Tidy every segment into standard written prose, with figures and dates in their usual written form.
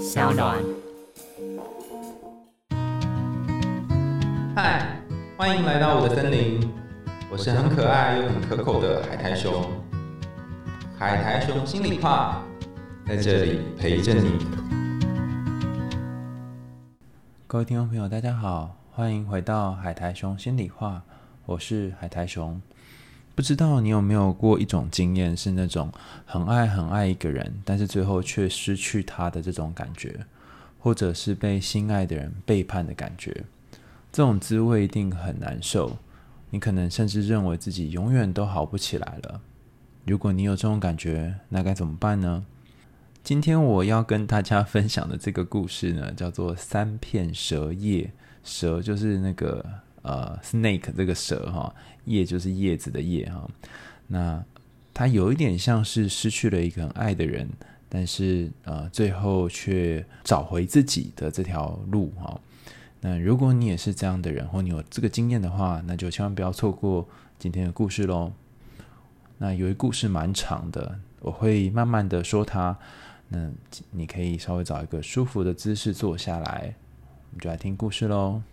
小暖。 嗨，欢迎来到我的森林，我是很可爱又很可口的海苔熊。海苔熊心里话，在这里陪着你。各位听众朋友，大家好，欢迎回到海苔熊心里话，我是海苔熊。不知道你有没有过一种经验，是那种很爱一个人，但是最后却失去他的这种感觉，或者是被心爱的人背叛的感觉。这种滋味一定很难受，你可能甚至认为自己永远都好不起来了。如果你有这种感觉，那该怎么办呢？今天我要跟大家分享的这个故事呢，叫做三片蛇叶。蛇就是那个snake 这个蛇哈，叶就是叶子的叶哈。那它有一点像是失去了一个很爱的人，但是最后却找回自己的这条路哈。那如果你也是这样的人，或你有这个经验的话，那就千万不要错过今天的故事咯。那有一故事蛮长的，我会慢慢的说它。那你可以稍微找一个舒服的姿势坐下来，我们就来听故事咯。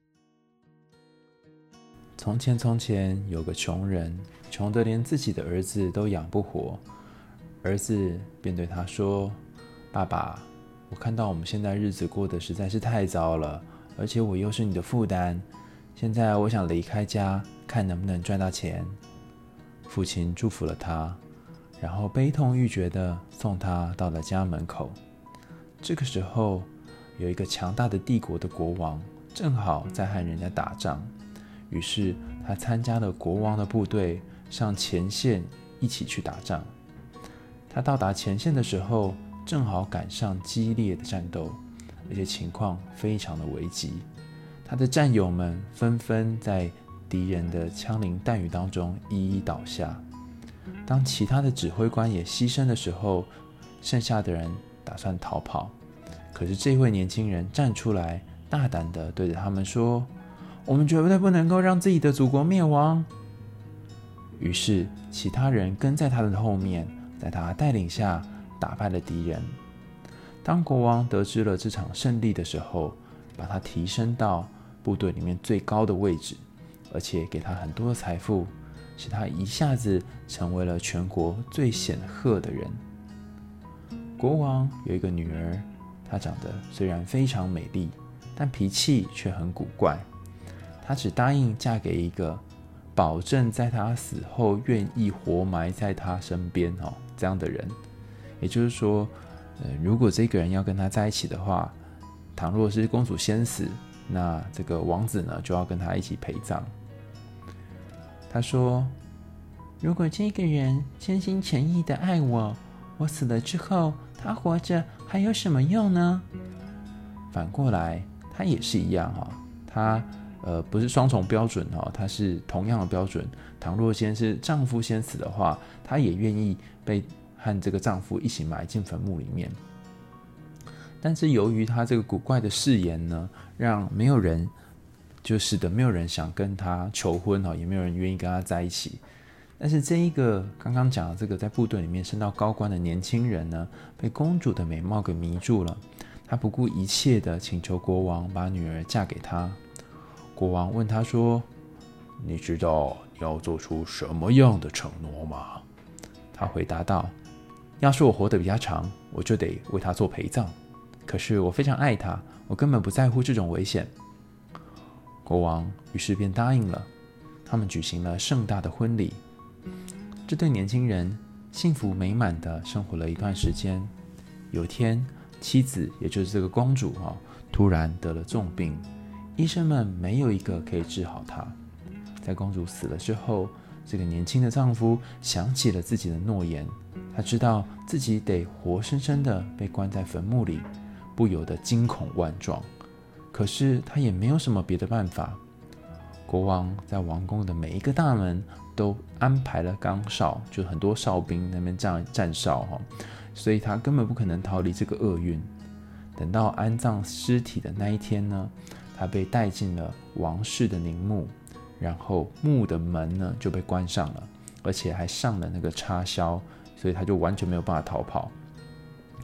从前有个穷人，穷得连自己的儿子都养不活。儿子便对他说：爸爸，我看到我们现在日子过得实在是太糟了，而且我又是你的负担，现在我想离开家，看能不能赚到钱。父亲祝福了他，然后悲痛欲绝地送他到了家门口。这个时候，有一个强大的帝国的国王正好在和人家打仗，于是他参加了国王的部队，上前线一起去打仗。他到达前线的时候，正好赶上激烈的战斗，而且情况非常的危急。他的战友们纷纷在敌人的枪林弹雨当中一一倒下。当其他的指挥官也牺牲的时候，剩下的人打算逃跑，可是这位年轻人站出来，大胆地对着他们说：我们绝对不能够让自己的祖国灭亡。于是其他人跟在他的后面，在他带领下打败了敌人。当国王得知了这场胜利的时候，把他提升到部队里面最高的位置，而且给他很多的财富，使他一下子成为了全国最显赫的人。国王有一个女儿，她长得虽然非常美丽，但脾气却很古怪。她只答应嫁给一个保证在她死后愿意活埋在她身边这样的人。也就是说，如果这个人要跟她在一起的话，倘若是公主先死，那这个王子呢就要跟她一起陪葬。他说：如果这个人真心诚意的爱我，我死了之后，他活着还有什么用呢？反过来，他也是一样他不是双重标准他是同样的标准。倘若先是丈夫先死的话，她也愿意被和这个丈夫一起埋进坟墓里面。但是由于她这个古怪的誓言呢，让没有人就使得没有人想跟他求婚也没有人愿意跟他在一起。但是这一个刚刚讲的这个在部队里面升到高官的年轻人呢，被公主的美貌给迷住了。他不顾一切的请求国王把女儿嫁给他。国王问他说：你知道你要做出什么样的承诺吗？他回答道：要是我活得比较长，我就得为他做陪葬，可是我非常爱他，我根本不在乎这种危险。国王于是便答应了，他们举行了盛大的婚礼。这对年轻人幸福美满的生活了一段时间。有天，妻子也就是这个公主突然得了重病，医生们没有一个可以治好她。在公主死了之后，这个年轻的丈夫想起了自己的诺言，他知道自己得活生生的被关在坟墓里，不由得惊恐万状。可是他也没有什么别的办法。国王在王宫的每一个大门都安排了岗哨，就很多哨兵那边站哨所以他根本不可能逃离这个厄运。等到安葬尸体的那一天呢，他被带进了王室的陵墓，然后墓的门呢就被关上了，而且还上了那个插销，所以他就完全没有办法逃跑。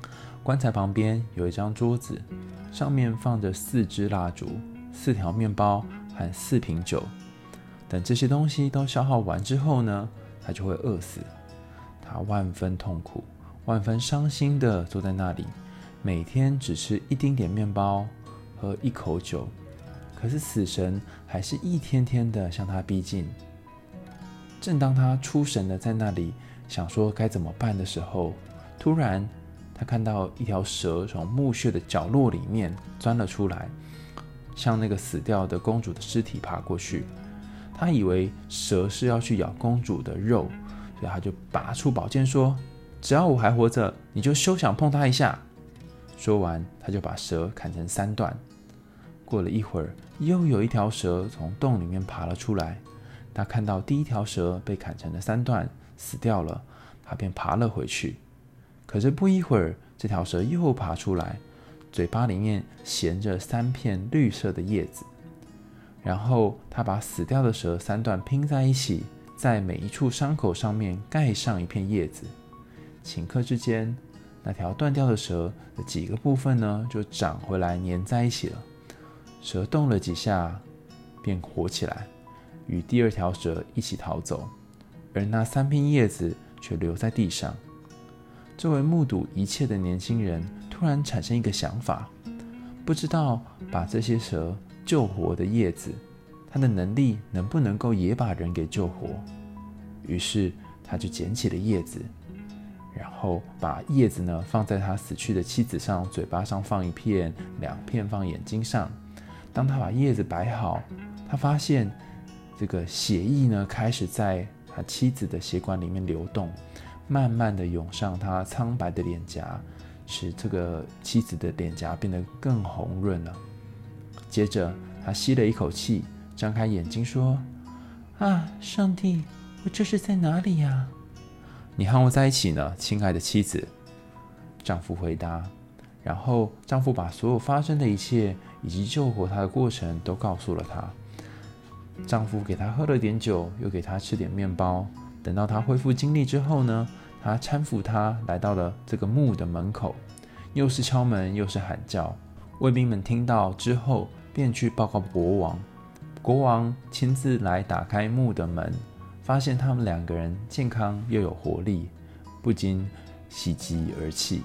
棺材旁边有一张桌子，上面放着4支蜡烛、4条面包和4瓶酒。等这些东西都消耗完之后呢，他就会饿死。他万分痛苦、万分伤心地坐在那里，每天只吃一丁点面包，喝1口酒。可是死神还是一天天地向他逼近。正当他出神的在那里想说该怎么办的时候，突然他看到一条蛇从墓穴的角落里面钻了出来，向那个死掉的公主的尸体爬过去。他以为蛇是要去咬公主的肉，所以他就拔出宝剑说：只要我还活着，你就休想碰它一下。说完，他就把蛇砍成3段。过了一会儿，又有一条蛇从洞里面爬了出来。他看到第一条蛇被砍成了3段，死掉了，他便爬了回去。可是不一会儿，这条蛇又爬出来，嘴巴里面衔着3片绿色的叶子。然后他把死掉的蛇3段拼在一起，在每一处伤口上面盖上1片叶子。顷刻之间，那条断掉的蛇的几个部分呢，就长回来粘在一起了。蛇动了几下，便活起来，与第2条蛇一起逃走，而那3片叶子却留在地上。这位目睹一切的年轻人突然产生一个想法，不知道把这些蛇救活的叶子，他的能力能不能够也把人给救活？于是他就捡起了叶子，然后把叶子呢放在他死去的妻子上，嘴巴上放1片，2片放眼睛上。当他把叶子摆好，他发现这个血液呢开始在他妻子的血管里面流动，慢慢的涌上他苍白的脸颊，使这个妻子的脸颊变得更红润了。接着他吸了一口气，张开眼睛说：啊，上帝，我这是在哪里呀？你和我在一起呢，亲爱的妻子。丈夫回答。然后丈夫把所有发生的一切以及救活她的过程都告诉了她。丈夫给她喝了点酒，又给她吃点面包。等到她恢复精力之后呢，他搀扶她来到了这个墓的门口，又是敲门又是喊叫。卫兵们听到之后便去报告国王。国王亲自来打开墓的门，发现他们2个人健康又有活力，不禁喜极而泣。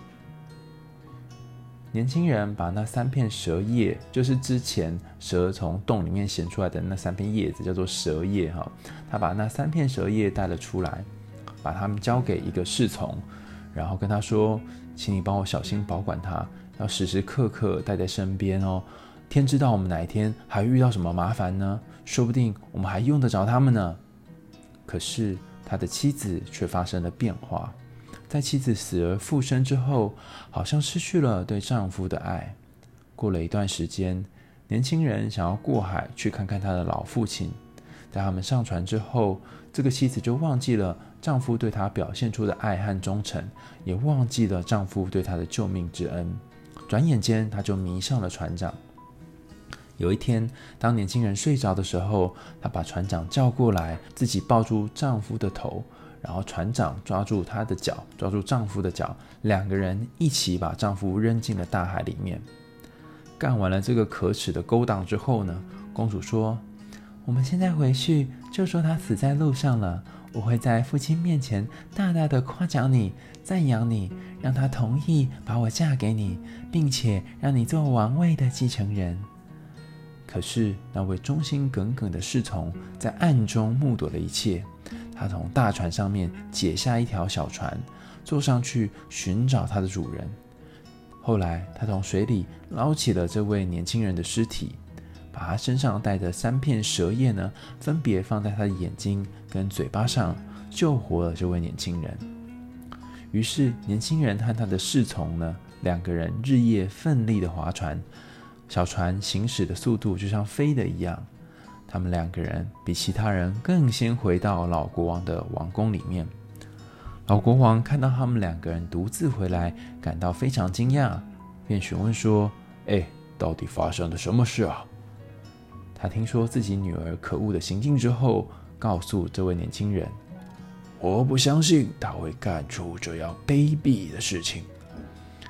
年轻人把那3片蛇叶，就是之前蛇从洞里面衔出来的那3片叶子，叫做蛇叶。他把那3片蛇叶带了出来，把它们交给一个侍从，然后跟他说：请你帮我小心保管它，要时时刻刻带在身边哦。天知道我们哪一天还遇到什么麻烦呢？说不定我们还用得着他们呢。可是他的妻子却发生了变化。在妻子死而复生之后，好像失去了对丈夫的爱。过了一段时间，年轻人想要过海去看看他的老父亲。在他们上船之后，这个妻子就忘记了丈夫对她表现出的爱和忠诚，也忘记了丈夫对她的救命之恩。转眼间，她就迷上了船长。有一天，当年轻人睡着的时候，她把船长叫过来，自己抱住丈夫的头，然后船长抓住她的脚，抓住丈夫的脚，2个人一起把丈夫扔进了大海里面。干完了这个可耻的勾当之后呢，公主说：我们现在回去就说他死在路上了，我会在父亲面前大大的夸奖你，赞扬你，让他同意把我嫁给你，并且让你做王位的继承人。可是那位忠心耿耿的侍从在暗中目睹了一切，他从大船上面解下一条小船，坐上去寻找他的主人。后来他从水里捞起了这位年轻人的尸体，把他身上带的3片蛇叶呢，分别放在他的眼睛跟嘴巴上，救活了这位年轻人。于是年轻人和他的侍从呢，2个人日夜奋力的划船，小船行驶的速度就像飞的一样。他们2个人比其他人更先回到老国王的王宫里面。老国王看到他们2个人独自回来，感到非常惊讶，便询问说：到底发生了什么事啊？他听说自己女儿可恶的行径之后，告诉这位年轻人：我不相信他会干出这样卑鄙的事情。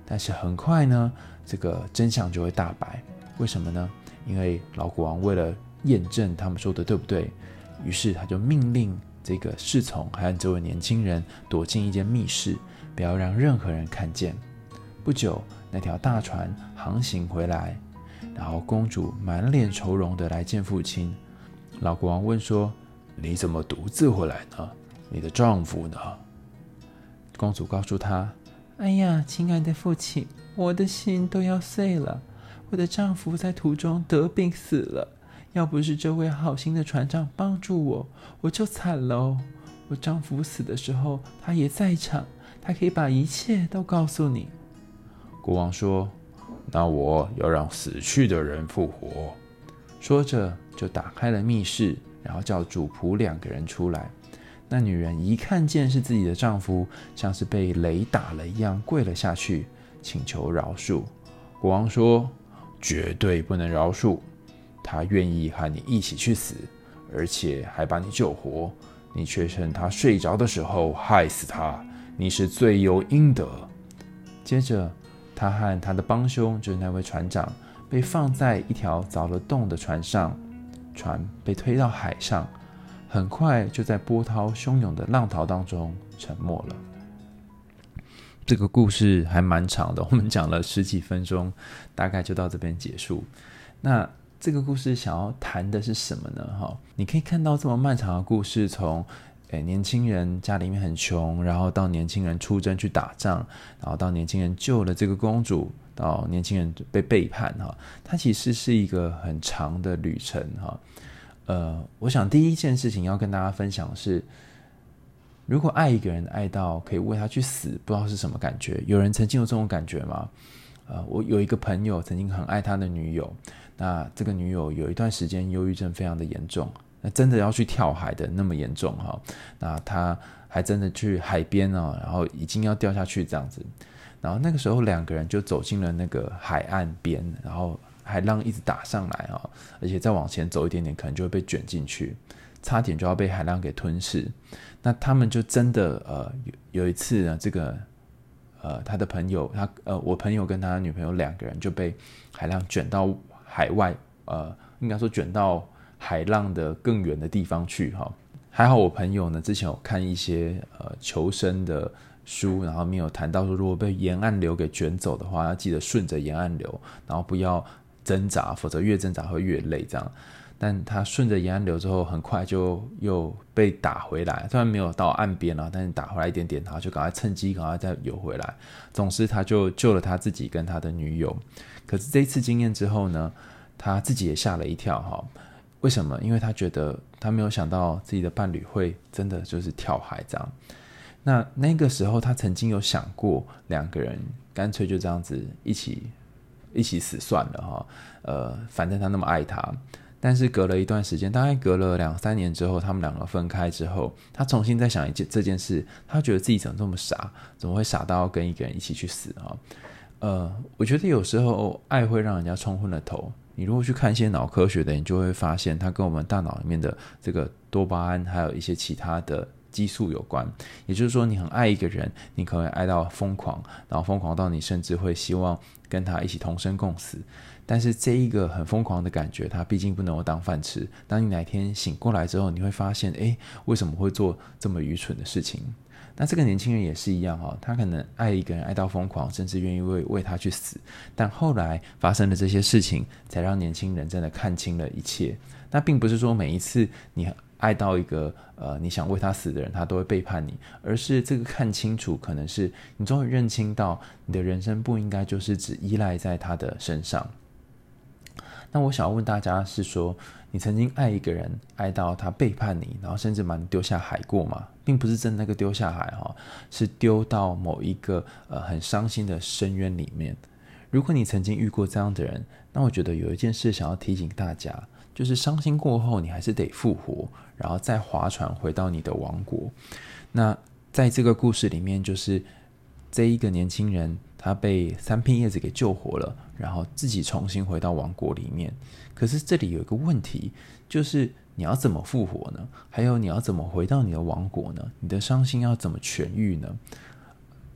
但是很快呢，这个真相就会大白。为什么呢？因为老国王为了验证他们说的对不对，于是他就命令这个侍从还有这位年轻人躲进一间密室，不要让任何人看见。不久，那条大船航行回来，然后公主满脸愁容的来见父亲。老国王问说：你怎么独自回来呢？你的丈夫呢？公主告诉他：哎呀，亲爱的父亲，我的心都要碎了。我的丈夫在途中得病死了，要不是这位好心的船长帮助我，我就惨了哦。我丈夫死的时候，他也在场，他可以把一切都告诉你。国王说：那我要让死去的人复活。说着就打开了密室，然后叫主仆2个人出来。那女人一看见是自己的丈夫，像是被雷打了一样，跪了下去，请求饶恕。国王说：绝对不能饶恕，他愿意和你一起去死，而且还把你救活，你却趁他睡着的时候害死他，你是罪有应得。接着他和他的帮凶，就是那位船长，被放在一条凿了洞的船上，船被推到海上，很快就在波涛汹涌的浪涛当中沉没了。这个故事还蛮长的，我们讲了10几分钟，大概就到这边结束。那这个故事想要谈的是什么呢？你可以看到这么漫长的故事，从年轻人家里面很穷，然后到年轻人出征去打仗，然后到年轻人救了这个公主，到年轻人被背叛，它其实是一个很长的旅程。我想第一件事情要跟大家分享的是，如果爱一个人爱到可以为他去死，不知道是什么感觉。有人曾经有这种感觉吗？我有一个朋友曾经很爱他的女友，那这个女友有一段时间忧郁症非常的严重，那真的要去跳海的那么严重。那他还真的去海边，然后已经要掉下去这样子。然后那个时候2个人就走进了那个海岸边，然后海浪一直打上来，而且再往前走一点点可能就会被卷进去，差点就要被海浪给吞噬。那他们就真的有一次呢，这个他的朋友，我朋友跟他的女朋友2个人就被海浪卷到海外，应该说卷到海浪的更远的地方去。还好我朋友呢之前有看一些求生的书，然后没有谈到说如果被沿岸流给卷走的话，要记得顺着沿岸流，然后不要挣扎，否则越挣扎会越累这样。但他顺着沿岸流之后，很快就又被打回来，虽然没有到岸边了，但是打回来一点点，然后就赶快趁机赶快再游回来。总之他就救了他自己跟他的女友。可是这一次经验之后呢，他自己也吓了一跳。为什么？因为他觉得他没有想到自己的伴侣会真的就是跳海这样。那个时候他曾经有想过2个人干脆就这样子一起死算了，反正他那么爱他。但是隔了一段时间，大概隔了2-3年之后，他们2个分开之后，他重新再想这件事，他觉得自己怎么这么傻，怎么会傻到要跟一个人一起去死。我觉得有时候爱会让人家冲昏了头。你如果去看一些脑科学的，你就会发现它跟我们大脑里面的这个多巴胺还有一些其他的激素有关。也就是说，你很爱一个人，你可能会爱到疯狂，然后疯狂到你甚至会希望跟他一起同生共死。但是这一个很疯狂的感觉，它毕竟不能够当饭吃。当你哪天醒过来之后，你会发现，为什么会做这么愚蠢的事情？那这个年轻人也是一样，他可能爱一个人爱到疯狂，甚至愿意为他去死。但后来发生的这些事情，才让年轻人真的看清了一切。那并不是说每一次你爱到一个你想为他死的人，他都会背叛你，而是这个看清楚，可能是你终于认清到你的人生不应该就是只依赖在他的身上。那我想要问大家是说，你曾经爱一个人爱到他背叛你，然后甚至把你丢下海过吗？并不是真的那个丢下海，是丢到某一个很伤心的深渊里面。如果你曾经遇过这样的人，那我觉得有一件事想要提醒大家，就是伤心过后你还是得复活，然后再划船回到你的王国。那在这个故事里面，就是这一个年轻人他被3片叶子给救活了，然后自己重新回到王国里面。可是这里有一个问题，就是你要怎么复活呢？还有你要怎么回到你的王国呢？你的伤心要怎么痊愈呢？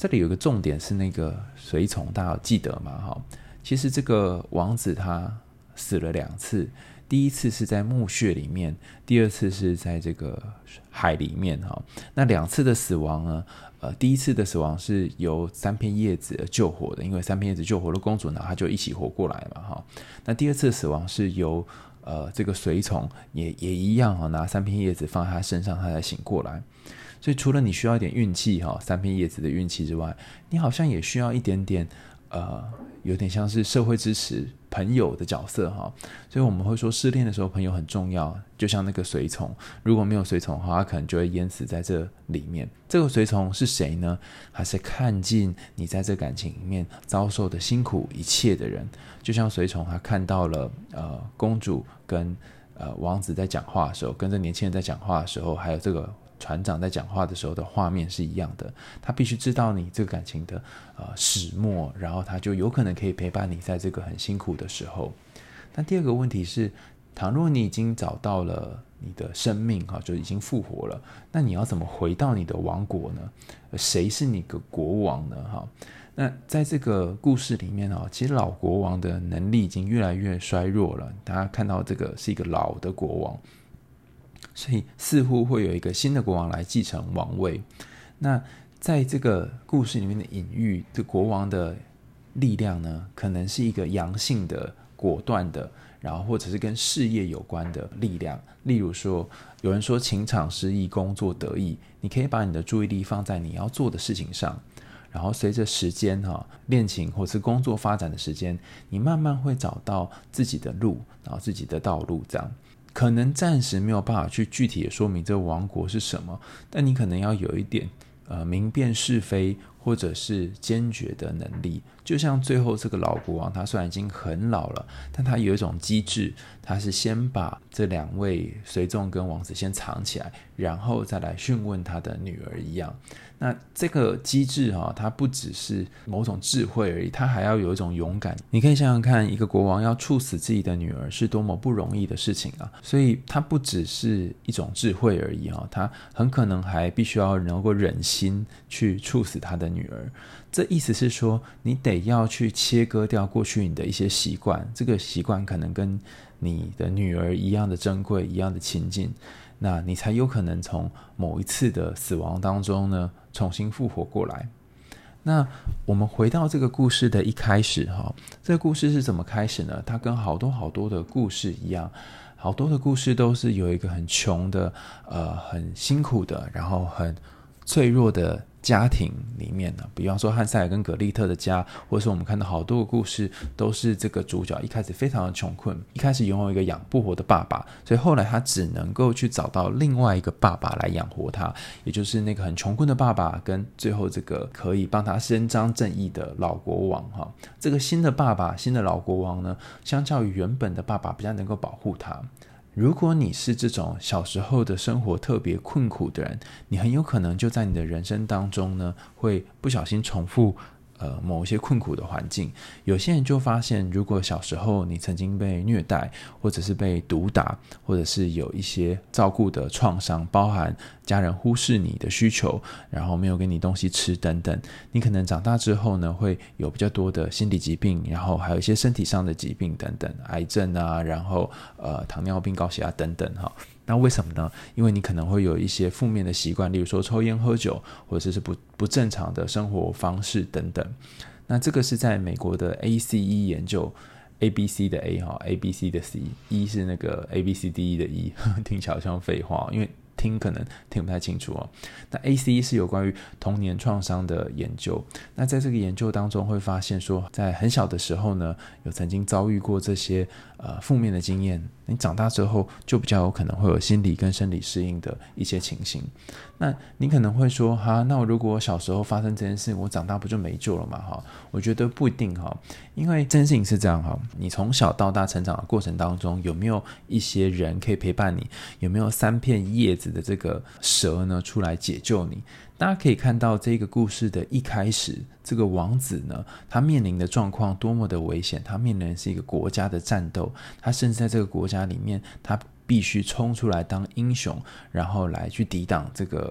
这里有个重点是那个随从，大家有记得吗？其实这个王子他死了2次，第一次是在墓穴里面，第二次是在这个海里面。那2次的死亡呢，第一次的死亡是由3片叶子救活的，因为3片叶子救活了公主呢，她就一起活过来嘛。那第二次的死亡是由这个随从也一样拿3片叶子放在他身上，他才醒过来。所以除了你需要一点运气3片叶子的运气之外，你好像也需要一点点有点像是社会支持朋友的角色所以我们会说失恋的时候朋友很重要，就像那个随从，如果没有随从的话，他可能就会淹死在这里面。这个随从是谁呢？他是看尽你在这感情里面遭受的辛苦一切的人，就像随从他看到了公主跟王子在讲话的时候，跟这年轻人在讲话的时候，还有这个船长在讲话的时候的画面是一样的。他必须知道你这个感情的始末，然后他就有可能可以陪伴你在这个很辛苦的时候。那第二个问题是，倘若你已经找到了你的生命就已经复活了，那你要怎么回到你的王国呢？谁是你的国王呢？那在这个故事里面其实老国王的能力已经越来越衰弱了，大家看到这个是一个老的国王，所以似乎会有一个新的国王来继承王位。那在这个故事里面的隐喻，这国王的力量呢，可能是一个阳性的、果断的，然后或者是跟事业有关的力量。例如说，有人说情场失意，工作得意，你可以把你的注意力放在你要做的事情上，然后随着时间恋情或是工作发展的时间，你慢慢会找到自己的路，然后自己的道路。这样可能暂时没有办法去具体的说明这个王国是什么，但你可能要有一点明辨是非或者是坚决的能力。就像最后这个老国王，他虽然已经很老了，但他有一种机智，他是先把这2位随从跟王子先藏起来，然后再来讯问他的女儿一样。那这个机智它不只是某种智慧而已，它还要有一种勇敢。你可以想想看，一个国王要处死自己的女儿是多么不容易的事情啊！所以它不只是一种智慧而已它很可能还必须要能够忍心去处死他的女儿。这意思是说，你得要去切割掉过去你的一些习惯，这个习惯可能跟你的女儿一样的珍贵，一样的亲近，那你才有可能从某一次的死亡当中呢重新复活过来。那我们回到这个故事的一开始这个故事是怎么开始呢？它跟好多的故事一样，好多的故事都是有一个很穷的很辛苦的，然后很脆弱的家庭里面呢，比方说汉塞尔跟葛丽特的家，或者是我们看到好多个故事都是这个主角一开始非常的穷困，一开始拥有一个养不活的爸爸，所以后来他只能够去找到另外一个爸爸来养活他，也就是那个很穷困的爸爸跟最后这个可以帮他伸张正义的老国王这个新的爸爸，新的老国王呢，相较于原本的爸爸比较能够保护他。如果你是这种小时候的生活特别困苦的人，你很有可能就在你的人生当中呢，会不小心重复某一些困苦的环境。有些人就发现，如果小时候你曾经被虐待，或者是被毒打，或者是有一些照顾的创伤，包含家人忽视你的需求，然后没有给你东西吃等等，你可能长大之后呢，会有比较多的心理疾病，然后还有一些身体上的疾病等等，癌症啊，然后糖尿病、高血压等等那为什么呢？因为你可能会有一些负面的习惯，例如说抽烟喝酒，或者是不正常的生活方式等等。那这个是在美国的 ACE 研究， ABC 的 A，ABC 的 C，E 是那个 ABCDE 的 E， 听起来好像废话，因为听可能听不太清楚那 ACE 是有关于童年创伤的研究。那在这个研究当中会发现说，在很小的时候呢，有曾经遭遇过这些负面的经验，你长大之后就比较有可能会有心理跟生理适应的一些情形。那你可能会说那我如果小时候发生这件事，我长大不就没救了吗？我觉得不一定因为这件事情是这样你从小到大成长的过程当中，有没有一些人可以陪伴你，有没有3片叶子的这个蛇呢出来解救你？大家可以看到这个故事的一开始，这个王子呢，他面临的状况多么的危险，他面临的是一个国家的战斗，他甚至在这个国家里面，他必须冲出来当英雄，然后来去抵挡这个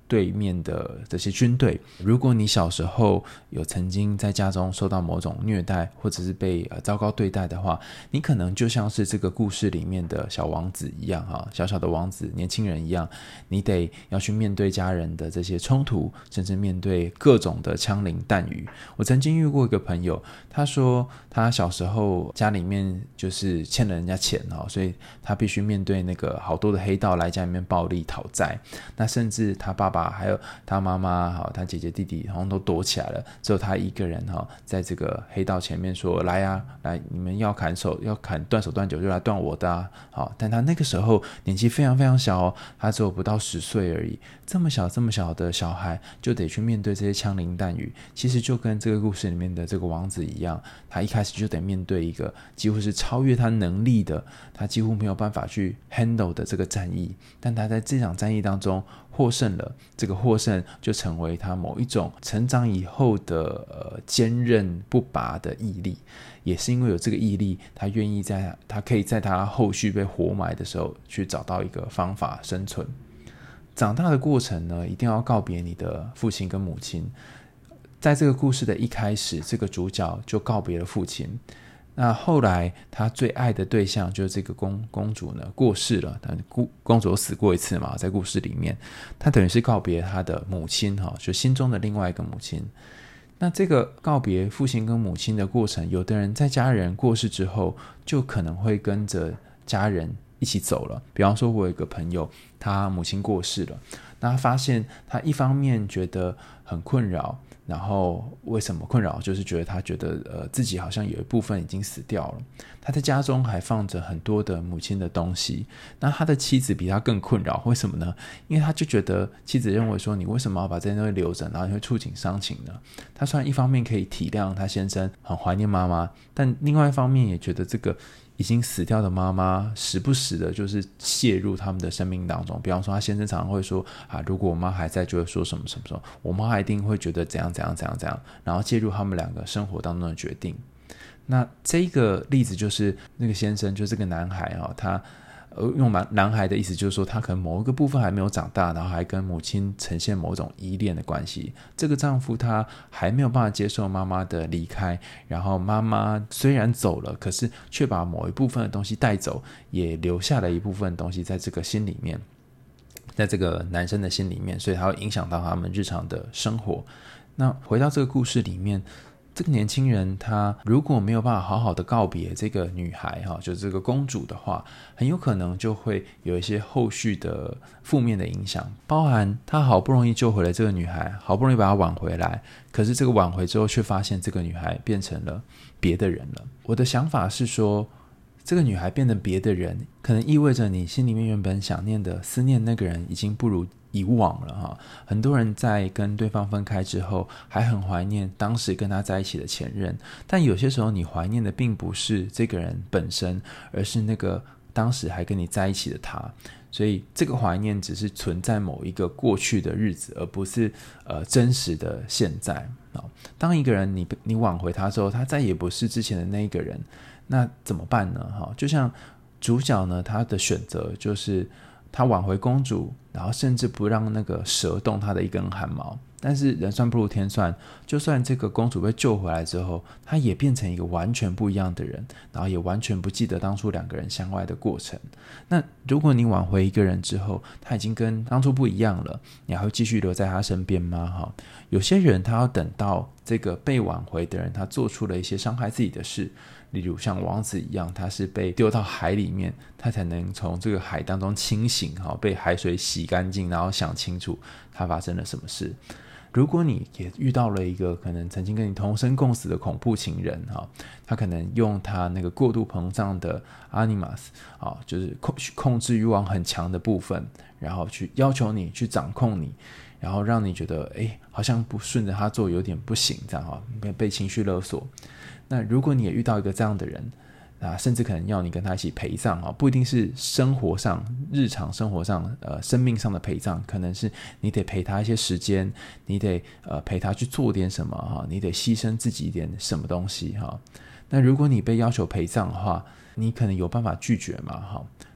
对面的这些军队。如果你小时候有曾经在家中受到某种虐待，或者是被糟糕对待的话，你可能就像是这个故事里面的小王子一样，小小的王子年轻人一样，你得要去面对家人的这些冲突，甚至面对各种的枪林弹雨。我曾经遇过一个朋友，他说他小时候家里面就是欠了人家钱，所以他必须面对那个好多的黑道来家里面暴力讨债。那甚至他爸爸还有他妈妈他姐姐弟弟好像都躲起来了，只有他一个人在这个黑道前面说，来啊，来，你们要砍断手断脚就来断我的啊。但他那个时候年纪非常非常小他只有不到10岁而已，这么小的小孩就得去面对这些枪林弹雨。其实就跟这个故事里面的这个王子一样，他一开始就得面对一个几乎是超越他能力的，他几乎没有办法去 handle 的这个战役，但他在这场战役当中获胜了。这个获胜就成为他某一种成长以后的坚韧不拔的毅力。也是因为有这个毅力，他可以在他后续被活埋的时候去找到一个方法生存。长大的过程呢，一定要告别你的父亲跟母亲。在这个故事的一开始，这个主角就告别了父亲。那后来他最爱的对象就是这个公主呢过世了，但公主有死过一次嘛，在故事里面他等于是告别他的母亲，就心中的另外一个母亲。那这个告别父亲跟母亲的过程，有的人在家人过世之后就可能会跟着家人一起走了。比方说我有一个朋友，他母亲过世了，那他发现他一方面觉得很困扰，然后为什么困扰，就是他觉得自己好像有一部分已经死掉了。他在家中还放着很多的母亲的东西。那他的妻子比他更困扰，为什么呢？因为他就觉得妻子认为说，你为什么要把这些东西留着，然后你会触景伤情呢？他虽然一方面可以体谅他先生很怀念妈妈，但另外一方面也觉得这个已经死掉的妈妈时不时的就是介入他们的生命当中。比方说他先生常常会说如果我妈还在就会说什么什么什么，我妈一定会觉得怎样怎样怎样怎样，然后介入他们两个生活当中的决定。那这个例子就是那个先生，就是这个男孩他用男孩的意思就是说，他可能某一个部分还没有长大，然后还跟母亲呈现某种依恋的关系。这个丈夫他还没有办法接受妈妈的离开，然后妈妈虽然走了，可是却把某一部分的东西带走，也留下了一部分东西在这个心里面，在这个男生的心里面，所以它会影响到他们日常的生活。那回到这个故事里面，这个年轻人他如果没有办法好好的告别这个女孩就是这个公主的话，很有可能就会有一些后续的负面的影响，包含他好不容易救回了这个女孩，好不容易把她挽回来，可是这个挽回之后却发现这个女孩变成了别的人了。我的想法是说，这个女孩变成别的人，可能意味着你心里面原本想念的思念那个人已经不如以往了很多人在跟对方分开之后还很怀念当时跟他在一起的前任，但有些时候你怀念的并不是这个人本身，而是那个当时还跟你在一起的他。所以这个怀念只是存在某一个过去的日子，而不是真实的现在当一个人你挽回他之后，他再也不是之前的那一个人，那怎么办呢就像主角呢，他的选择就是他挽回公主，然后甚至不让那个蛇动他的一根汗毛。但是人算不如天算，就算这个公主被救回来之后，她也变成一个完全不一样的人，然后也完全不记得当初两个人相爱的过程。那如果你挽回一个人之后，他已经跟当初不一样了，你还会继续留在他身边吗？有些人他要等到这个被挽回的人他做出了一些伤害自己的事，例如像王子一样，他是被丢到海里面，他才能从这个海当中清醒被海水洗干净，然后想清楚他发生了什么事。如果你也遇到了一个可能曾经跟你同生共死的恐怖情人他可能用他那个过度膨胀的 animus 就是控制欲望很强的部分，然后去要求你去掌控你，然后让你觉得好像不顺着他做有点不行，这样被情绪勒索。那如果你也遇到一个这样的人甚至可能要你跟他一起陪葬不一定是生活上日常生活上生命上的陪葬，可能是你得陪他一些时间，你得陪他去做点什么你得牺牲自己一点什么东西那如果你被要求陪葬的话，你可能有办法拒绝吗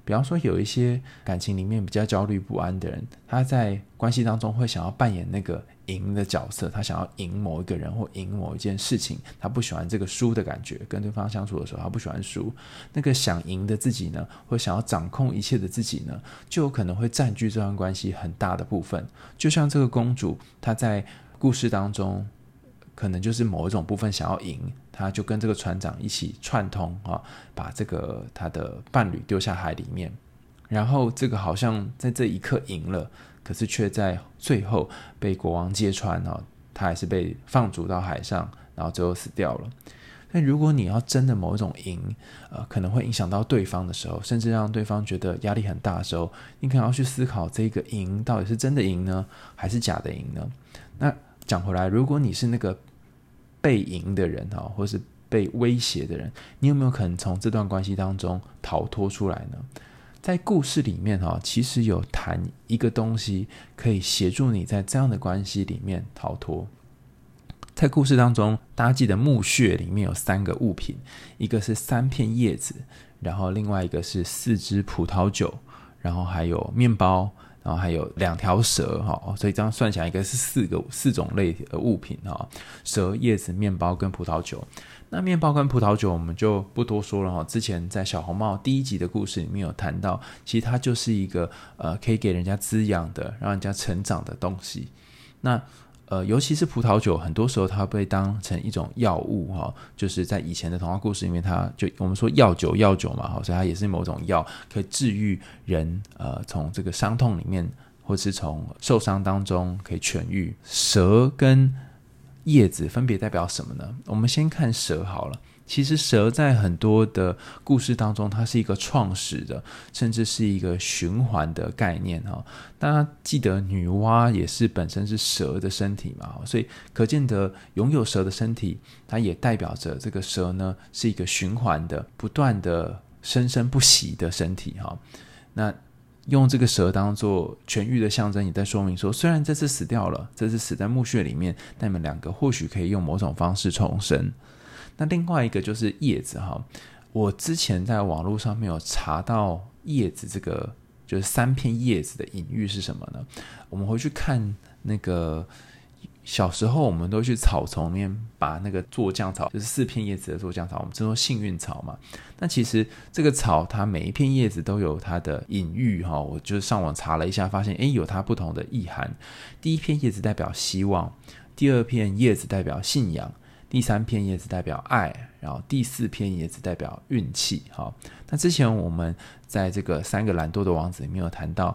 比方说有一些感情里面比较焦虑不安的人，他在关系当中会想要扮演那个赢的角色，他想要赢某一个人或赢某一件事情，他不喜欢这个输的感觉，跟对方相处的时候他不喜欢输，那个想赢的自己呢，或想要掌控一切的自己呢，就有可能会占据这段关系很大的部分。就像这个公主，她在故事当中可能就是某一种部分想要赢，他就跟这个船长一起串通把这个他的伴侣丢下海里面，然后这个好像在这一刻赢了，可是却在最后被国王揭穿，他还是被放逐到海上，然后最后死掉了。但如果你要真的某一种赢可能会影响到对方的时候，甚至让对方觉得压力很大的时候，你可能要去思考这个赢到底是真的赢呢，还是假的赢呢？那讲回来，如果你是那个被赢的人或是被威胁的人，你有没有可能从这段关系当中逃脱出来呢？在故事里面其实有谈一个东西可以协助你在这样的关系里面逃脱。在故事当中，大家记得墓穴里面有3个物品，一个是3片叶子，然后另外一个是4支葡萄酒，然后还有面包，然后还有2条蛇，所以这样算起来应该是4种类的物品，蛇、叶子、面包跟葡萄酒。那面包跟葡萄酒我们就不多说了，之前在小红帽第1集的故事里面有谈到，其实它就是一个可以给人家滋养的，让人家成长的东西。那尤其是葡萄酒，很多时候它被当成一种药物，就是在以前的童话故事里面，它就我们说药酒嘛，所以它也是某种药，可以治愈人从这个伤痛里面，或是从受伤当中可以痊愈。蛇跟叶子分别代表什么呢？我们先看蛇好了。其实蛇在很多的故事当中，它是一个创始的，甚至是一个循环的概念。大家记得女娲也是本身是蛇的身体嘛，所以可见得拥有蛇的身体，它也代表着这个蛇呢是一个循环的，不断的生生不息的身体。那用这个蛇当作痊愈的象征，也在说明说，虽然这次死掉了，这次死在墓穴里面，但你们2个或许可以用某种方式重生。那另外一个就是叶子，我之前在网络上面有查到叶子这个就是3片叶子的隐喻是什么呢？我们回去看那个小时候我们都去草丛里面把那个做酱草，就是4片叶子的做酱草，我们称作幸运草嘛。那其实这个草它每一片叶子都有它的隐喻，我就是上网查了一下，发现有它不同的意涵。第1片叶子代表希望，第2片叶子代表信仰，第3片叶子代表爱，然后第4片叶子代表运气。那之前我们在这个3个懒惰的王子里面有谈到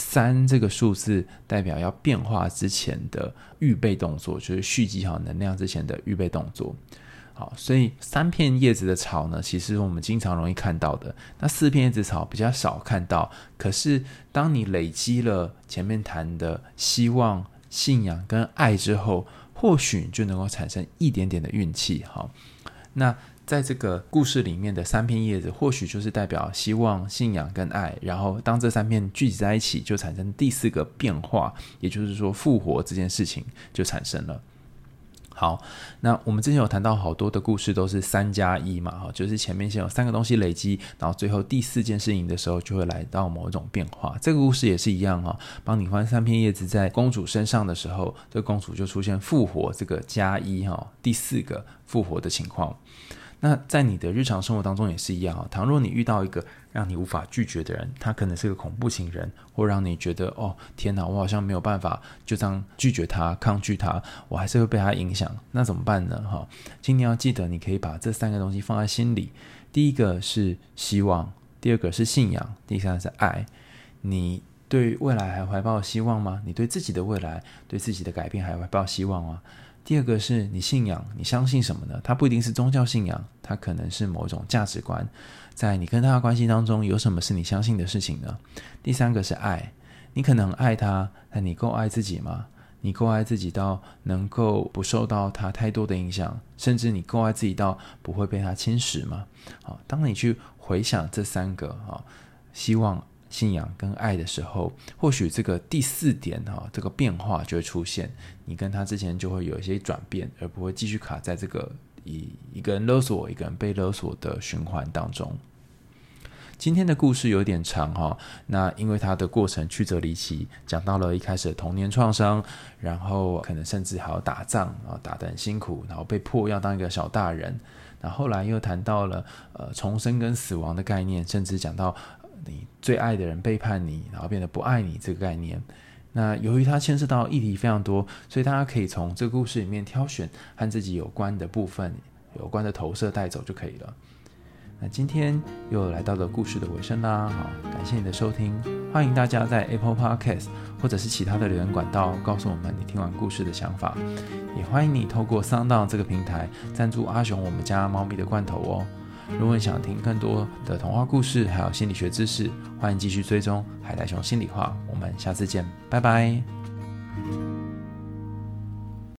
3这个数字代表要变化之前的预备动作，就是蓄积好能量之前的预备动作。好，所以3片叶子的草呢，其实我们经常容易看到的，那4片叶子草比较少看到。可是当你累积了前面谈的希望、信仰跟爱之后，或许就能够产生一点点的运气。那在这个故事里面的3片叶子，或许就是代表希望、信仰跟爱，然后当这3片聚集在一起，就产生第4个变化，也就是说复活这件事情就产生了。好，那我们之前有谈到好多的故事都是3+1嘛，就是前面先有3个东西累积，然后最后第4件事情的时候就会来到某一种变化。这个故事也是一样，帮你换3片叶子在公主身上的时候，这个公主就出现复活这个+1，第4个复活的情况。那在你的日常生活当中也是一样，倘若你遇到一个让你无法拒绝的人，他可能是个恐怖情人，或让你觉得天哪，我好像没有办法就这样拒绝他、抗拒他，我还是会被他影响，那怎么办呢？今天要记得你可以把这3个东西放在心里。第一个是希望，第2个是信仰，第3是爱。你对未来还怀抱希望吗？你对自己的未来、对自己的改变还怀抱希望吗？第2个是你信仰，你相信什么呢？它不一定是宗教信仰，它可能是某种价值观。在你跟他的关系当中，有什么是你相信的事情呢？第3个是爱，你可能很爱他，但你够爱自己吗？你够爱自己到能够不受到他太多的影响，甚至你够爱自己到不会被他侵蚀吗？当你去回想这3个希望、信仰跟爱的时候，或许这个第4点这个变化就会出现，你跟他之前就会有一些转变，而不会继续卡在这个一个人勒索一个人被勒索的循环当中。 今天的故事有点长哈，那因为它的过程曲折离奇，讲到了一开始的童年创伤，然后可能甚至还要打仗，打得很辛苦，然后被迫要当一个小大人。那后来又谈到了重生跟死亡的概念，甚至讲到你最爱的人背叛你，然后变得不爱你这个概念。那由于它牵涉到议题非常多，所以大家可以从这个故事里面挑选和自己有关的部分、有关的投射带走就可以了。那今天又来到了故事的尾声啦，感谢你的收听，欢迎大家在 Apple Podcast 或者是其他的留言管道告诉我们你听完故事的想法，也欢迎你透过 SoundOn 这个平台赞助阿雄我们家猫咪的罐头哦。如果你想听更多的童话故事还有心理学知识，欢迎继续追踪海苔熊心里话，我们下次见，拜拜。